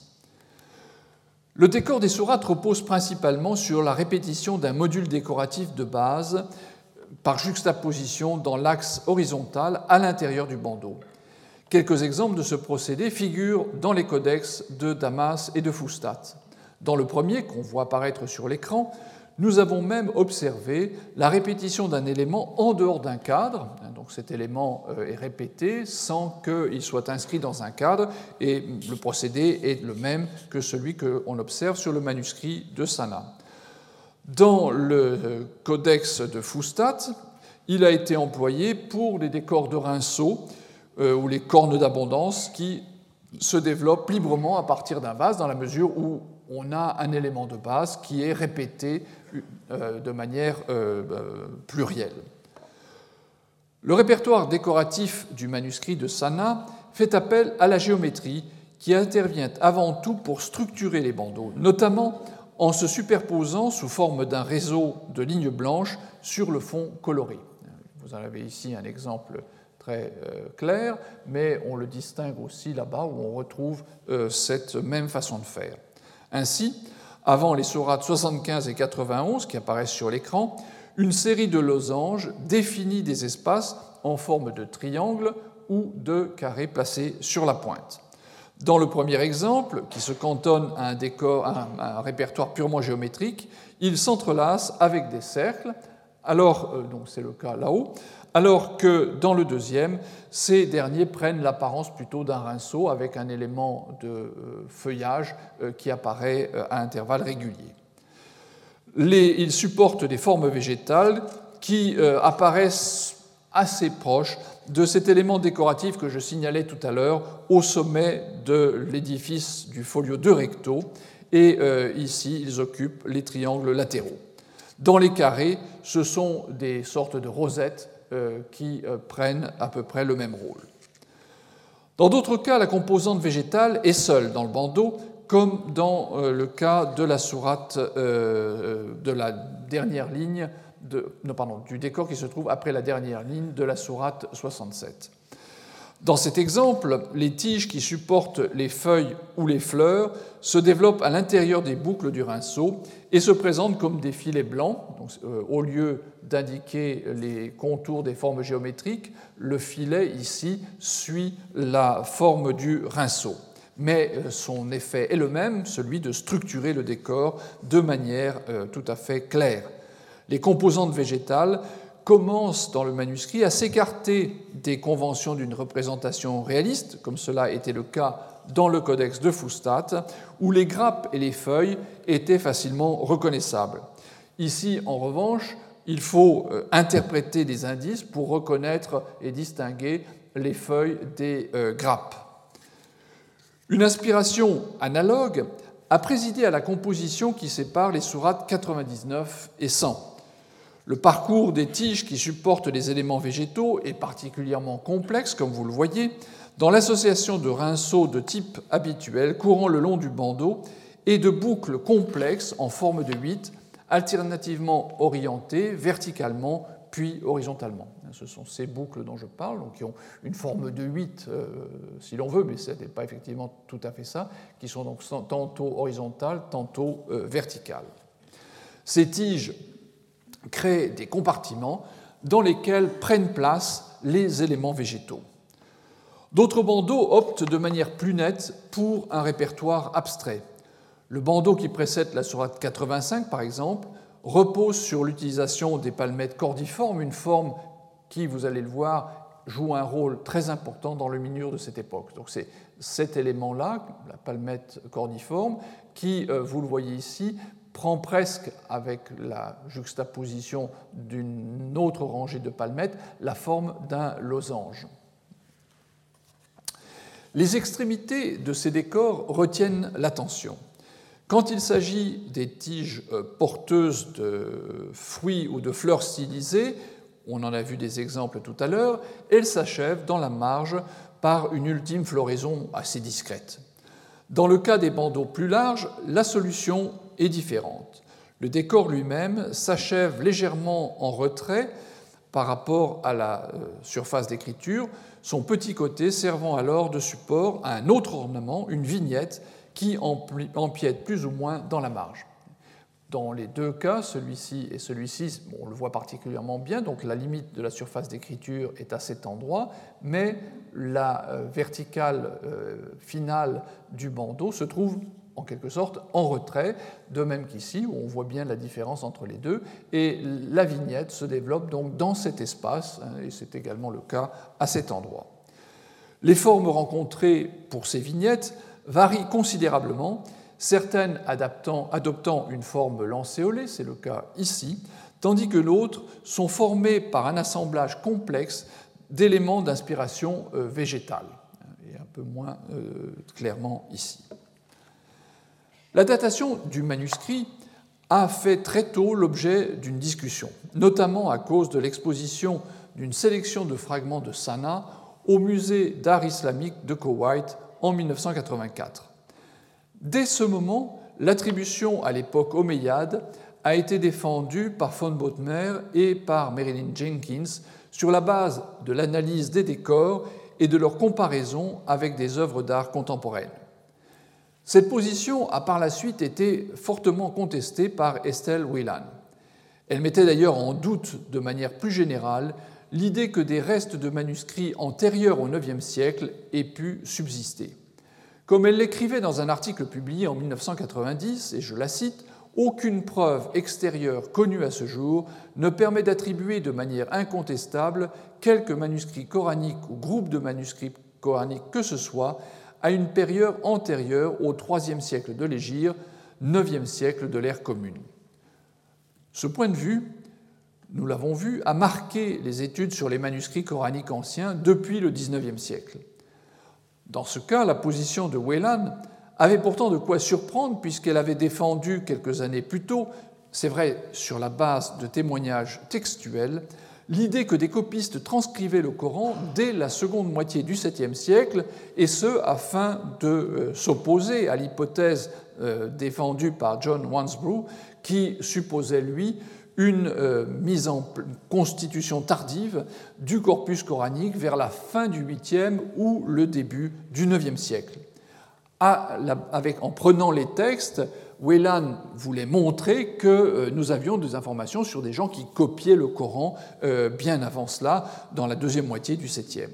Le décor des sourates repose principalement sur la répétition d'un module décoratif de base par juxtaposition dans l'axe horizontal à l'intérieur du bandeau. Quelques exemples de ce procédé figurent dans les codex de Damas et de Fustat. Dans le premier, qu'on voit apparaître sur l'écran, Nous avons même observé la répétition d'un élément en dehors d'un cadre. Donc cet élément est répété sans qu'il soit inscrit dans un cadre, et le procédé est le même que celui qu'on observe sur le manuscrit de Sanna. Dans le codex de Fustat, il a été employé pour les décors de rinceaux ou les cornes d'abondance qui se développent librement à partir d'un vase dans la mesure où on a un élément de base qui est répété de manière plurielle. Le répertoire décoratif du manuscrit de Sanna fait appel à la géométrie qui intervient avant tout pour structurer les bandeaux, notamment en se superposant sous forme d'un réseau de lignes blanches sur le fond coloré. Vous en avez ici un exemple très clair, mais on le distingue aussi là-bas où on retrouve cette même façon de faire. Ainsi, avant les sourates 75 et 91 qui apparaissent sur l'écran, une série de losanges définit des espaces en forme de triangle ou de carré placés sur la pointe. Dans le premier exemple, qui se cantonne à un répertoire purement géométrique, il s'entrelace avec des cercles, donc c'est le cas là-haut, alors que dans le deuxième, ces derniers prennent l'apparence plutôt d'un rinceau avec un élément de feuillage qui apparaît à intervalles réguliers. Ils supportent des formes végétales qui apparaissent assez proches de cet élément décoratif que je signalais tout à l'heure au sommet de l'édifice du folio de recto, et ici ils occupent les triangles latéraux. Dans les carrés, ce sont des sortes de rosettes qui prennent à peu près le même rôle. Dans d'autres cas, la composante végétale est seule dans le bandeau, comme dans le cas de la sourate de la dernière ligne du décor qui se trouve après la dernière ligne de la sourate 67. Dans cet exemple, les tiges qui supportent les feuilles ou les fleurs se développent à l'intérieur des boucles du rinceau et se présentent comme des filets blancs. Donc, au lieu d'indiquer les contours des formes géométriques, le filet ici suit la forme du rinceau. Mais son effet est le même, celui de structurer le décor de manière tout à fait claire. Les composantes végétales commencent dans le manuscrit à s'écarter des conventions d'une représentation réaliste, comme cela était le cas dans le codex de Fustat, où les grappes et les feuilles étaient facilement reconnaissables. Ici, en revanche, il faut interpréter des indices pour reconnaître et distinguer les feuilles des grappes. Une inspiration analogue a présidé à la composition qui sépare les sourates 99 et 100. Le parcours des tiges qui supportent les éléments végétaux est particulièrement complexe, comme vous le voyez, dans l'association de rinceaux de type habituel courant le long du bandeau et de boucles complexes en forme de 8, alternativement orientées verticalement puis horizontalement. Ce sont ces boucles dont je parle, donc qui ont une forme de 8 si l'on veut, mais ce n'est pas effectivement tout à fait ça, qui sont donc tantôt horizontales, tantôt verticales. Ces tiges créent des compartiments dans lesquels prennent place les éléments végétaux. D'autres bandeaux optent de manière plus nette pour un répertoire abstrait. Le bandeau qui précède la sourate 85, par exemple, repose sur l'utilisation des palmettes cordiformes, une forme qui, vous allez le voir, joue un rôle très important dans le minure de cette époque. Donc c'est cet élément-là, la palmette cordiforme, qui, vous le voyez ici, prend presque, avec la juxtaposition d'une autre rangée de palmettes, la forme d'un losange. Les extrémités de ces décors retiennent l'attention. Quand il s'agit des tiges porteuses de fruits ou de fleurs stylisées, on en a vu des exemples tout à l'heure, elles s'achèvent dans la marge par une ultime floraison assez discrète. Dans le cas des bandeaux plus larges, la solution est différente. Le décor lui-même s'achève légèrement en retrait par rapport à la surface d'écriture, son petit côté servant alors de support à un autre ornement, une vignette, qui empiète plus ou moins dans la marge. Dans les deux cas, celui-ci et celui-ci, on le voit particulièrement bien, donc la limite de la surface d'écriture est à cet endroit, mais la verticale finale du bandeau se trouve en quelque sorte en retrait, de même qu'ici, où on voit bien la différence entre les deux, et la vignette se développe donc dans cet espace, et c'est également le cas à cet endroit. Les formes rencontrées pour ces vignettes varient considérablement, certaines adoptant une forme lancéolée, c'est le cas ici, tandis que d'autres sont formées par un assemblage complexe d'éléments d'inspiration végétale, et un peu moins clairement ici. La datation du manuscrit a fait très tôt l'objet d'une discussion, notamment à cause de l'exposition d'une sélection de fragments de Sanaa au musée d'art islamique de Koweït en 1984. Dès ce moment, l'attribution à l'époque omeyyade a été défendue par von Bothmer et par Marilyn Jenkins sur la base de l'analyse des décors et de leur comparaison avec des œuvres d'art contemporaines. Cette position a par la suite été fortement contestée par Estelle Whelan. Elle mettait d'ailleurs en doute de manière plus générale l'idée que des restes de manuscrits antérieurs au IXe siècle aient pu subsister. Comme elle l'écrivait dans un article publié en 1990, et je la cite, « Aucune preuve extérieure connue à ce jour ne permet d'attribuer de manière incontestable quelque manuscrit coranique ou groupe de manuscrits coraniques que ce soit à une période antérieure au IIIe siècle de l'Hégire, IXe siècle de l'ère commune. » Ce point de vue, nous l'avons vu, a marqué les études sur les manuscrits coraniques anciens depuis le XIXe siècle. Dans ce cas, la position de Whelan avait pourtant de quoi surprendre puisqu'elle avait défendu quelques années plus tôt, c'est vrai sur la base de témoignages textuels, l'idée que des copistes transcrivaient le Coran dès la seconde moitié du VIIe siècle, et ce afin de s'opposer à l'hypothèse défendue par John Wansbrough qui supposait, lui, une mise en constitution tardive du corpus coranique vers la fin du 8e ou le début du 9e siècle. En prenant les textes, Whelan voulait montrer que nous avions des informations sur des gens qui copiaient le Coran bien avant cela, dans la deuxième moitié du 7e.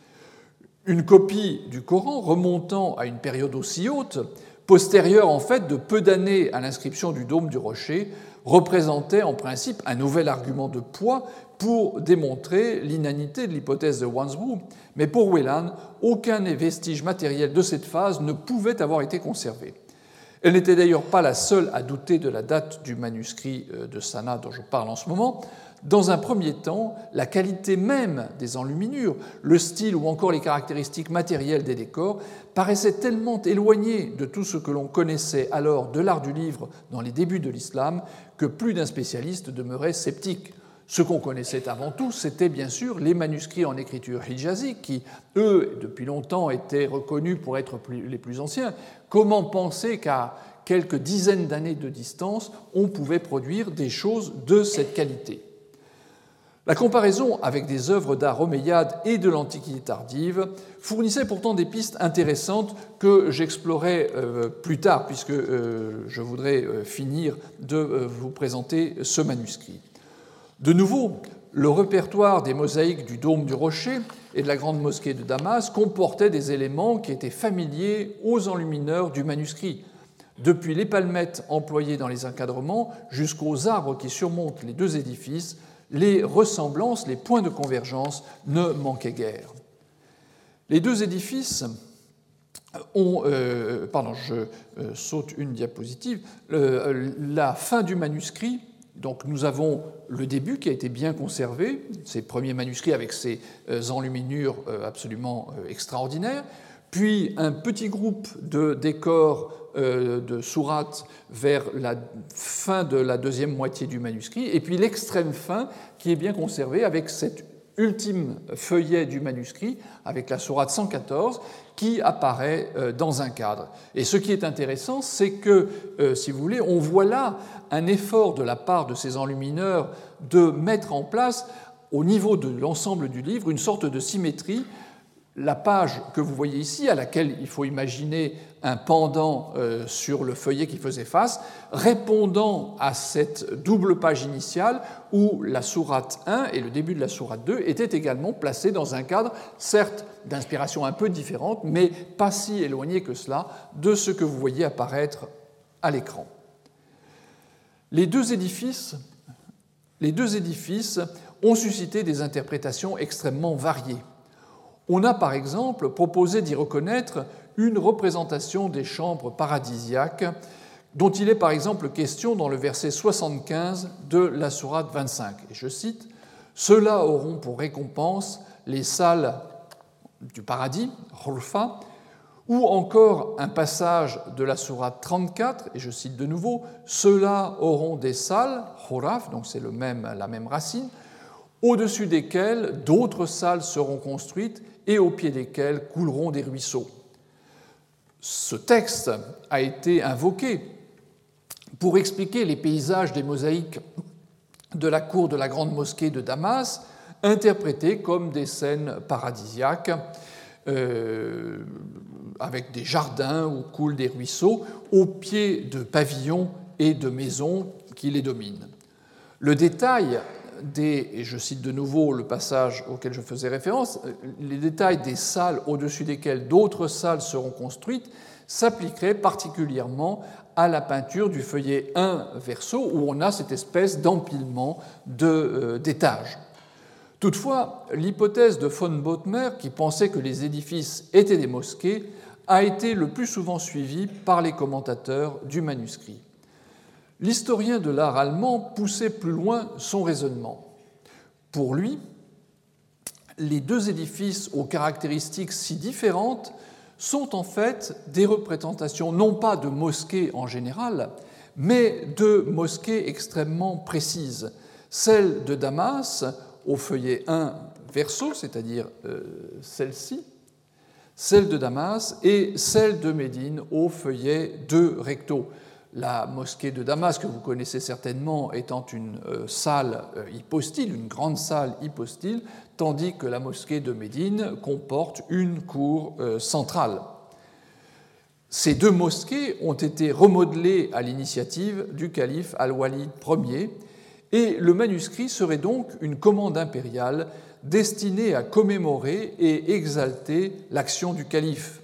Une copie du Coran remontant à une période aussi haute, postérieure en fait de peu d'années à l'inscription du dôme du rocher, représentait en principe un nouvel argument de poids pour démontrer l'inanité de l'hypothèse de Wansbrough, mais pour Whelan, aucun vestige matériel de cette phase ne pouvait avoir été conservé. Elle n'était d'ailleurs pas la seule à douter de la date du manuscrit de Sanaa dont je parle en ce moment. Dans un premier temps, la qualité même des enluminures, le style ou encore les caractéristiques matérielles des décors paraissaient tellement éloignées de tout ce que l'on connaissait alors de l'art du livre dans les débuts de l'islam que plus d'un spécialiste demeurait sceptique. Ce qu'on connaissait avant tout, c'était bien sûr les manuscrits en écriture hijazique qui, eux, depuis longtemps étaient reconnus pour être les plus anciens. Comment penser qu'à quelques dizaines d'années de distance, on pouvait produire des choses de cette qualité ? La comparaison avec des œuvres d'art omeyyades et de l'Antiquité tardive fournissait pourtant des pistes intéressantes que j'explorerai plus tard, puisque je voudrais finir de vous présenter ce manuscrit. De nouveau, le répertoire des mosaïques du dôme du rocher et de la grande mosquée de Damas comportait des éléments qui étaient familiers aux enlumineurs du manuscrit, depuis les palmettes employées dans les encadrements jusqu'aux arbres qui surmontent les deux édifices. Les ressemblances, les points de convergence ne manquaient guère. Les deux édifices ont... je saute une diapositive. La fin du manuscrit, donc nous avons le début qui a été bien conservé, ces premiers manuscrits avec ces enluminures absolument extraordinaires, puis un petit groupe de décors de sourates vers la fin de la deuxième moitié du manuscrit, et puis l'extrême fin qui est bien conservée avec cet ultime feuillet du manuscrit, avec la sourate 114, qui apparaît dans un cadre. Et ce qui est intéressant, c'est que, si vous voulez, on voit là un effort de la part de ces enlumineurs de mettre en place, au niveau de l'ensemble du livre, une sorte de symétrie. La page que vous voyez ici, à laquelle il faut imaginer un pendant sur le feuillet qui faisait face, répondant à cette double page initiale où la sourate 1 et le début de la sourate 2 étaient également placés dans un cadre, certes d'inspiration un peu différente, mais pas si éloigné que cela de ce que vous voyez apparaître à l'écran. Les deux édifices ont suscité des interprétations extrêmement variées. On a par exemple proposé d'y reconnaître une représentation des chambres paradisiaques dont il est par exemple question dans le verset 75 de la sourate 25. Et je cite « Ceux-là auront pour récompense les salles du paradis, Khulfa », ou encore un passage de la sourate 34, et je cite de nouveau « Ceux-là auront des salles, Khuraf », donc c'est la même racine, au-dessus desquelles d'autres salles seront construites et au pied desquelles couleront des ruisseaux. Ce texte a été invoqué pour expliquer les paysages des mosaïques de la cour de la grande mosquée de Damas, interprétés comme des scènes paradisiaques, avec des jardins où coulent des ruisseaux, au pied de pavillons et de maisons qui les dominent. Le détail et je cite de nouveau le passage auquel je faisais référence, les détails des salles au-dessus desquelles d'autres salles seront construites s'appliqueraient particulièrement à la peinture du feuillet 1 verso, où on a cette espèce d'empilement d'étages. Toutefois, l'hypothèse de von Bothmer, qui pensait que les édifices étaient des mosquées, a été le plus souvent suivie par les commentateurs du manuscrit. L'historien de l'art allemand poussait plus loin son raisonnement. Pour lui, les deux édifices aux caractéristiques si différentes sont en fait des représentations non pas de mosquées en général, mais de mosquées extrêmement précises. Celle de Damas, au feuillet 1 verso, c'est-à-dire celle-ci, celle de Damas, et celle de Médine au feuillet 2 recto. La mosquée de Damas, que vous connaissez certainement, étant une salle hypostyle, une grande salle hypostyle, tandis que la mosquée de Médine comporte une cour centrale. Ces deux mosquées ont été remodelées à l'initiative du calife Al-Walid Ier, et le manuscrit serait donc une commande impériale destinée à commémorer et exalter l'action du calife.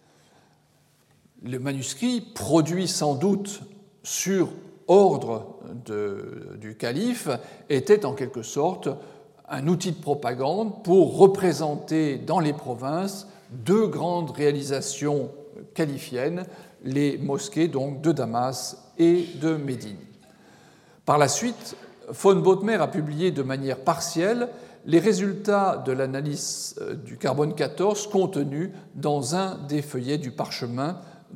Le manuscrit produit sans doute sur ordre du calife était en quelque sorte un outil de propagande pour représenter dans les provinces deux grandes réalisations califiennes, les mosquées donc de Damas et de Médine. Par la suite, von Bothmer a publié de manière partielle les résultats de l'analyse du carbone 14 contenus dans un des feuillets de parchemin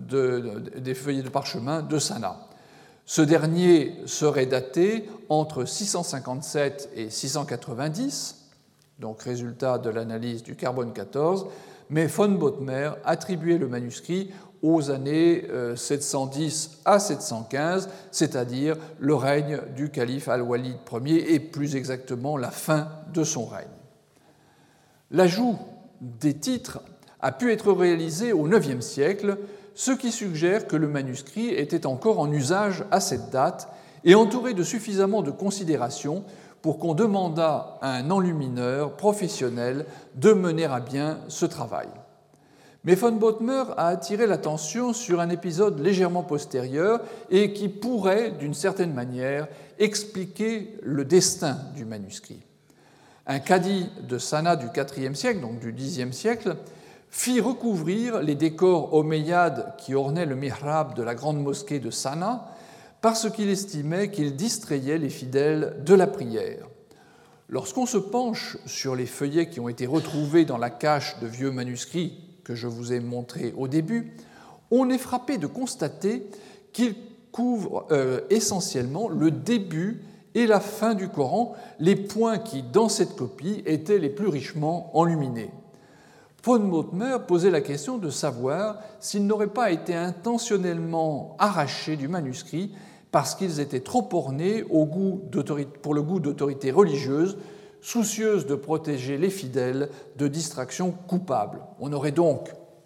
de Sanaa. Ce dernier serait daté entre 657 et 690, donc résultat de l'analyse du carbone 14, mais von Bothmer attribuait le manuscrit aux années 710 à 715, c'est-à-dire le règne du calife Al-Walid Ier et plus exactement la fin de son règne. L'ajout des titres a pu être réalisé au IXe siècle, ce qui suggère que le manuscrit était encore en usage à cette date et entouré de suffisamment de considérations pour qu'on demandât à un enlumineur professionnel de mener à bien ce travail. Mais von Bothmer a attiré l'attention sur un épisode légèrement postérieur et qui pourrait, d'une certaine manière, expliquer le destin du manuscrit. Un cadi de Sanaa du IVe siècle, donc du Xe siècle, fit recouvrir les décors omeyyades qui ornaient le mihrab de la grande mosquée de Sanaa parce qu'il estimait qu'ils distrayaient les fidèles de la prière. Lorsqu'on se penche sur les feuillets qui ont été retrouvés dans la cache de vieux manuscrits que je vous ai montrés au début, on est frappé de constater qu'ils couvrent essentiellement le début et la fin du Coran, les points qui, dans cette copie, étaient les plus richement enluminés. Von Bothmer posait la question de savoir s'ils n'auraient pas été intentionnellement arrachés du manuscrit parce qu'ils étaient trop ornés pour le goût d'autorité religieuse, soucieuse de protéger les fidèles de distractions coupables. On aurait donc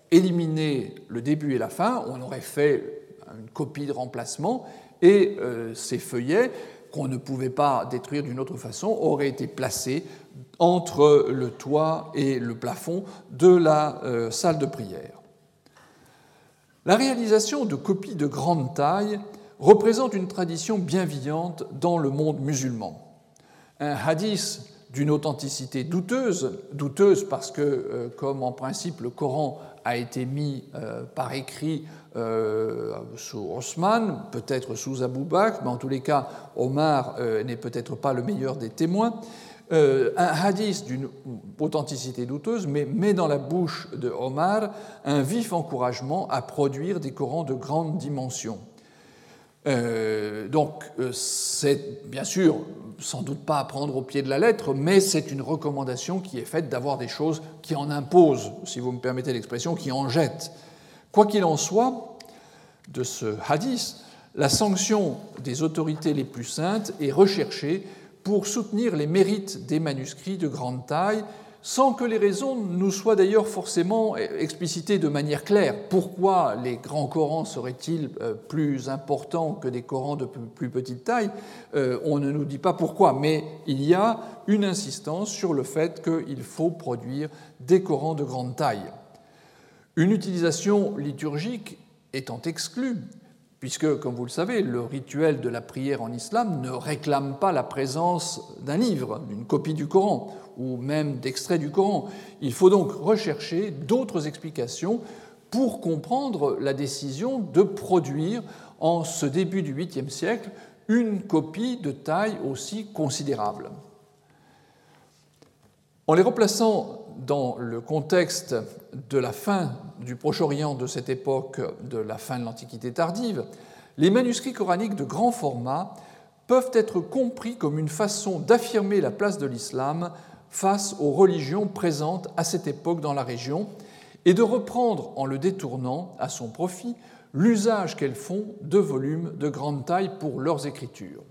éliminé le début et la fin, on aurait fait une copie de remplacement, et ces feuillets, qu'on ne pouvait pas détruire d'une autre façon, auraient été placés entre le toit et le plafond de la salle de prière. La réalisation de copies de grande taille représente une tradition bien vivante dans le monde musulman. Un hadith d'une authenticité douteuse parce que, comme en principe le Coran a été mis par écrit sous Osman, peut-être sous Abu Bakr, mais en tous les cas, Omar n'est peut-être pas le meilleur des témoins. Un hadith d'une authenticité douteuse met dans la bouche de Omar un vif encouragement à produire des Corans de grande dimension. Donc, c'est bien sûr sans doute pas à prendre au pied de la lettre, mais c'est une recommandation qui est faite d'avoir des choses qui en imposent, si vous me permettez l'expression, qui en jettent. Quoi qu'il en soit, de ce hadith, la sanction des autorités les plus saintes est recherchée pour soutenir les mérites des manuscrits de grande taille, sans que les raisons nous soient d'ailleurs forcément explicitées de manière claire. Pourquoi les grands Corans seraient-ils plus importants que des Corans de plus petite taille ? On ne nous dit pas pourquoi, mais il y a une insistance sur le fait qu'il faut produire des Corans de grande taille. Une utilisation liturgique étant exclue, puisque, comme vous le savez, le rituel de la prière en islam ne réclame pas la présence d'un livre, d'une copie du Coran, ou même d'extraits du Coran. Il faut donc rechercher d'autres explications pour comprendre la décision de produire, en ce début du 8e siècle, une copie de taille aussi considérable. En les replaçant dans le contexte de la fin du Proche-Orient de cette époque, de la fin de l'Antiquité tardive, les manuscrits coraniques de grand format peuvent être compris comme une façon d'affirmer la place de l'islam face aux religions présentes à cette époque dans la région et de reprendre, en le détournant à son profit, l'usage qu'elles font de volumes de grande taille pour leurs écritures.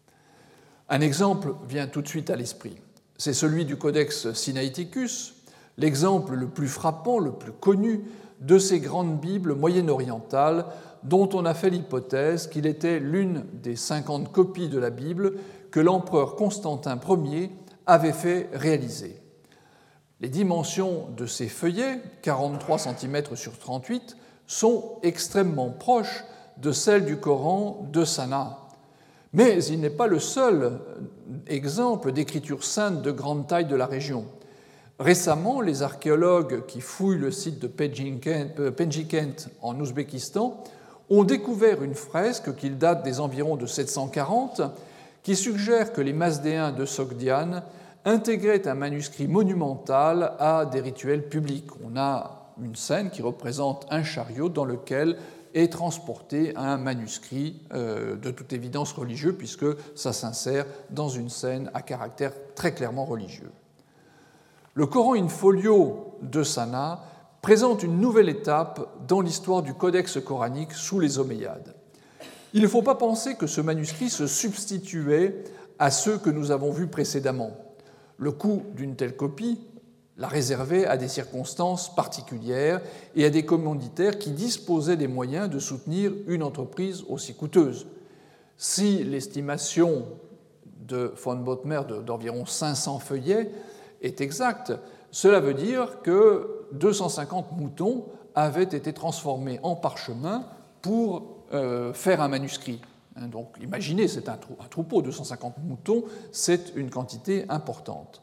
Un exemple vient tout de suite à l'esprit. C'est celui du Codex Sinaiticus, l'exemple le plus frappant, le plus connu de ces grandes Bibles moyen-orientales dont on a fait l'hypothèse qu'il était l'une des 50 copies de la Bible que l'empereur Constantin Ier avait fait réaliser. Les dimensions de ces feuillets, 43 cm sur 38, sont extrêmement proches de celles du Coran de Sanaa. Mais il n'est pas le seul exemple d'écriture sainte de grande taille de la région. Récemment, les archéologues qui fouillent le site de Penjikent en Ouzbékistan ont découvert une fresque qui date des environs de 740 qui suggère que les Mazdéens de Sogdiane intégraient un manuscrit monumental à des rituels publics. On a une scène qui représente un chariot dans lequel est transporté un manuscrit de toute évidence religieux, puisque ça s'insère dans une scène à caractère très clairement religieux. Le Coran in folio de Sanaa présente une nouvelle étape dans l'histoire du codex coranique sous les Omeyyades. Il ne faut pas penser que ce manuscrit se substituait à ceux que nous avons vus précédemment. Le coût d'une telle copie la réservait à des circonstances particulières et à des commanditaires qui disposaient des moyens de soutenir une entreprise aussi coûteuse. Si l'estimation de von Bothmer d'environ 500 feuillets est exacte, cela veut dire que 250 moutons avaient été transformés en parchemin pour faire un manuscrit. Donc imaginez, c'est un troupeau, 250 moutons, c'est une quantité importante.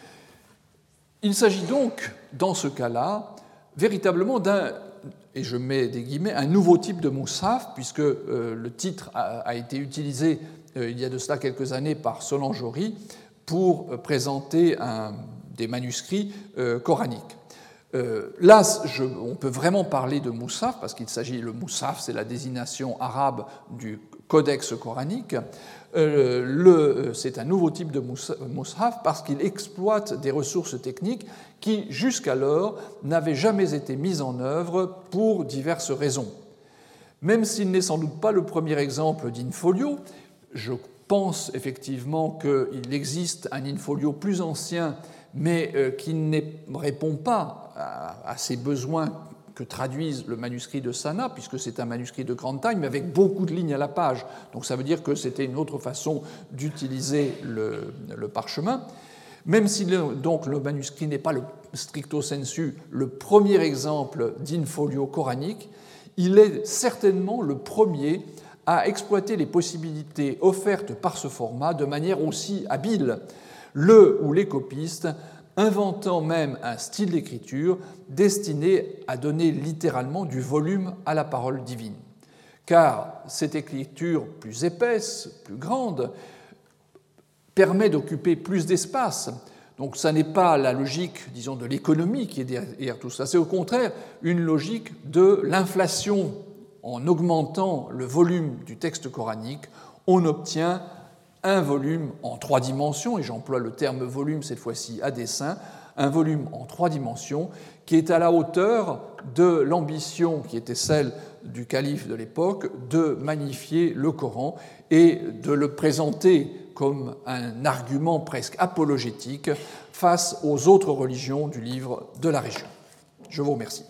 Il s'agit donc, dans ce cas-là, véritablement d'un, et je mets des guillemets, un nouveau type de Mus'haf, puisque le titre a été utilisé il y a de cela quelques années par Solange Horry pour présenter des manuscrits coraniques. Là, on peut vraiment parler de Mus'haf, parce qu'il s'agit, le Mus'haf, c'est la désignation arabe du codex coranique. C'est un nouveau type de Mus'haf parce qu'il exploite des ressources techniques qui, jusqu'alors, n'avaient jamais été mises en œuvre pour diverses raisons. Même s'il n'est sans doute pas le premier exemple d'in-folio, je pense effectivement qu'il existe un in-folio plus ancien, mais qui ne répond pas à ces besoins que traduise le manuscrit de Sanna, puisque c'est un manuscrit de grande taille, mais avec beaucoup de lignes à la page. Donc ça veut dire que c'était une autre façon d'utiliser le parchemin. Même si donc le manuscrit n'est pas le stricto sensu le premier exemple d'in-folio coranique, il est certainement le premier à exploiter les possibilités offertes par ce format de manière aussi habile, le ou les copistes inventant même un style d'écriture destiné à donner littéralement du volume à la parole divine. Car cette écriture plus épaisse, plus grande, permet d'occuper plus d'espace. Donc ça n'est pas la logique, disons, de l'économie qui est derrière tout ça, c'est au contraire une logique de l'inflation. En augmentant le volume du texte coranique, on obtient un volume en 3 dimensions, et j'emploie le terme volume cette fois-ci à dessein, un volume en 3 dimensions qui est à la hauteur de l'ambition qui était celle du calife de l'époque de magnifier le Coran et de le présenter comme un argument presque apologétique face aux autres religions du livre de la région. Je vous remercie.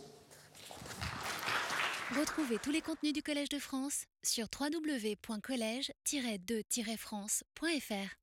Retrouvez tous les contenus du Collège de France sur www.collège-2-france.fr.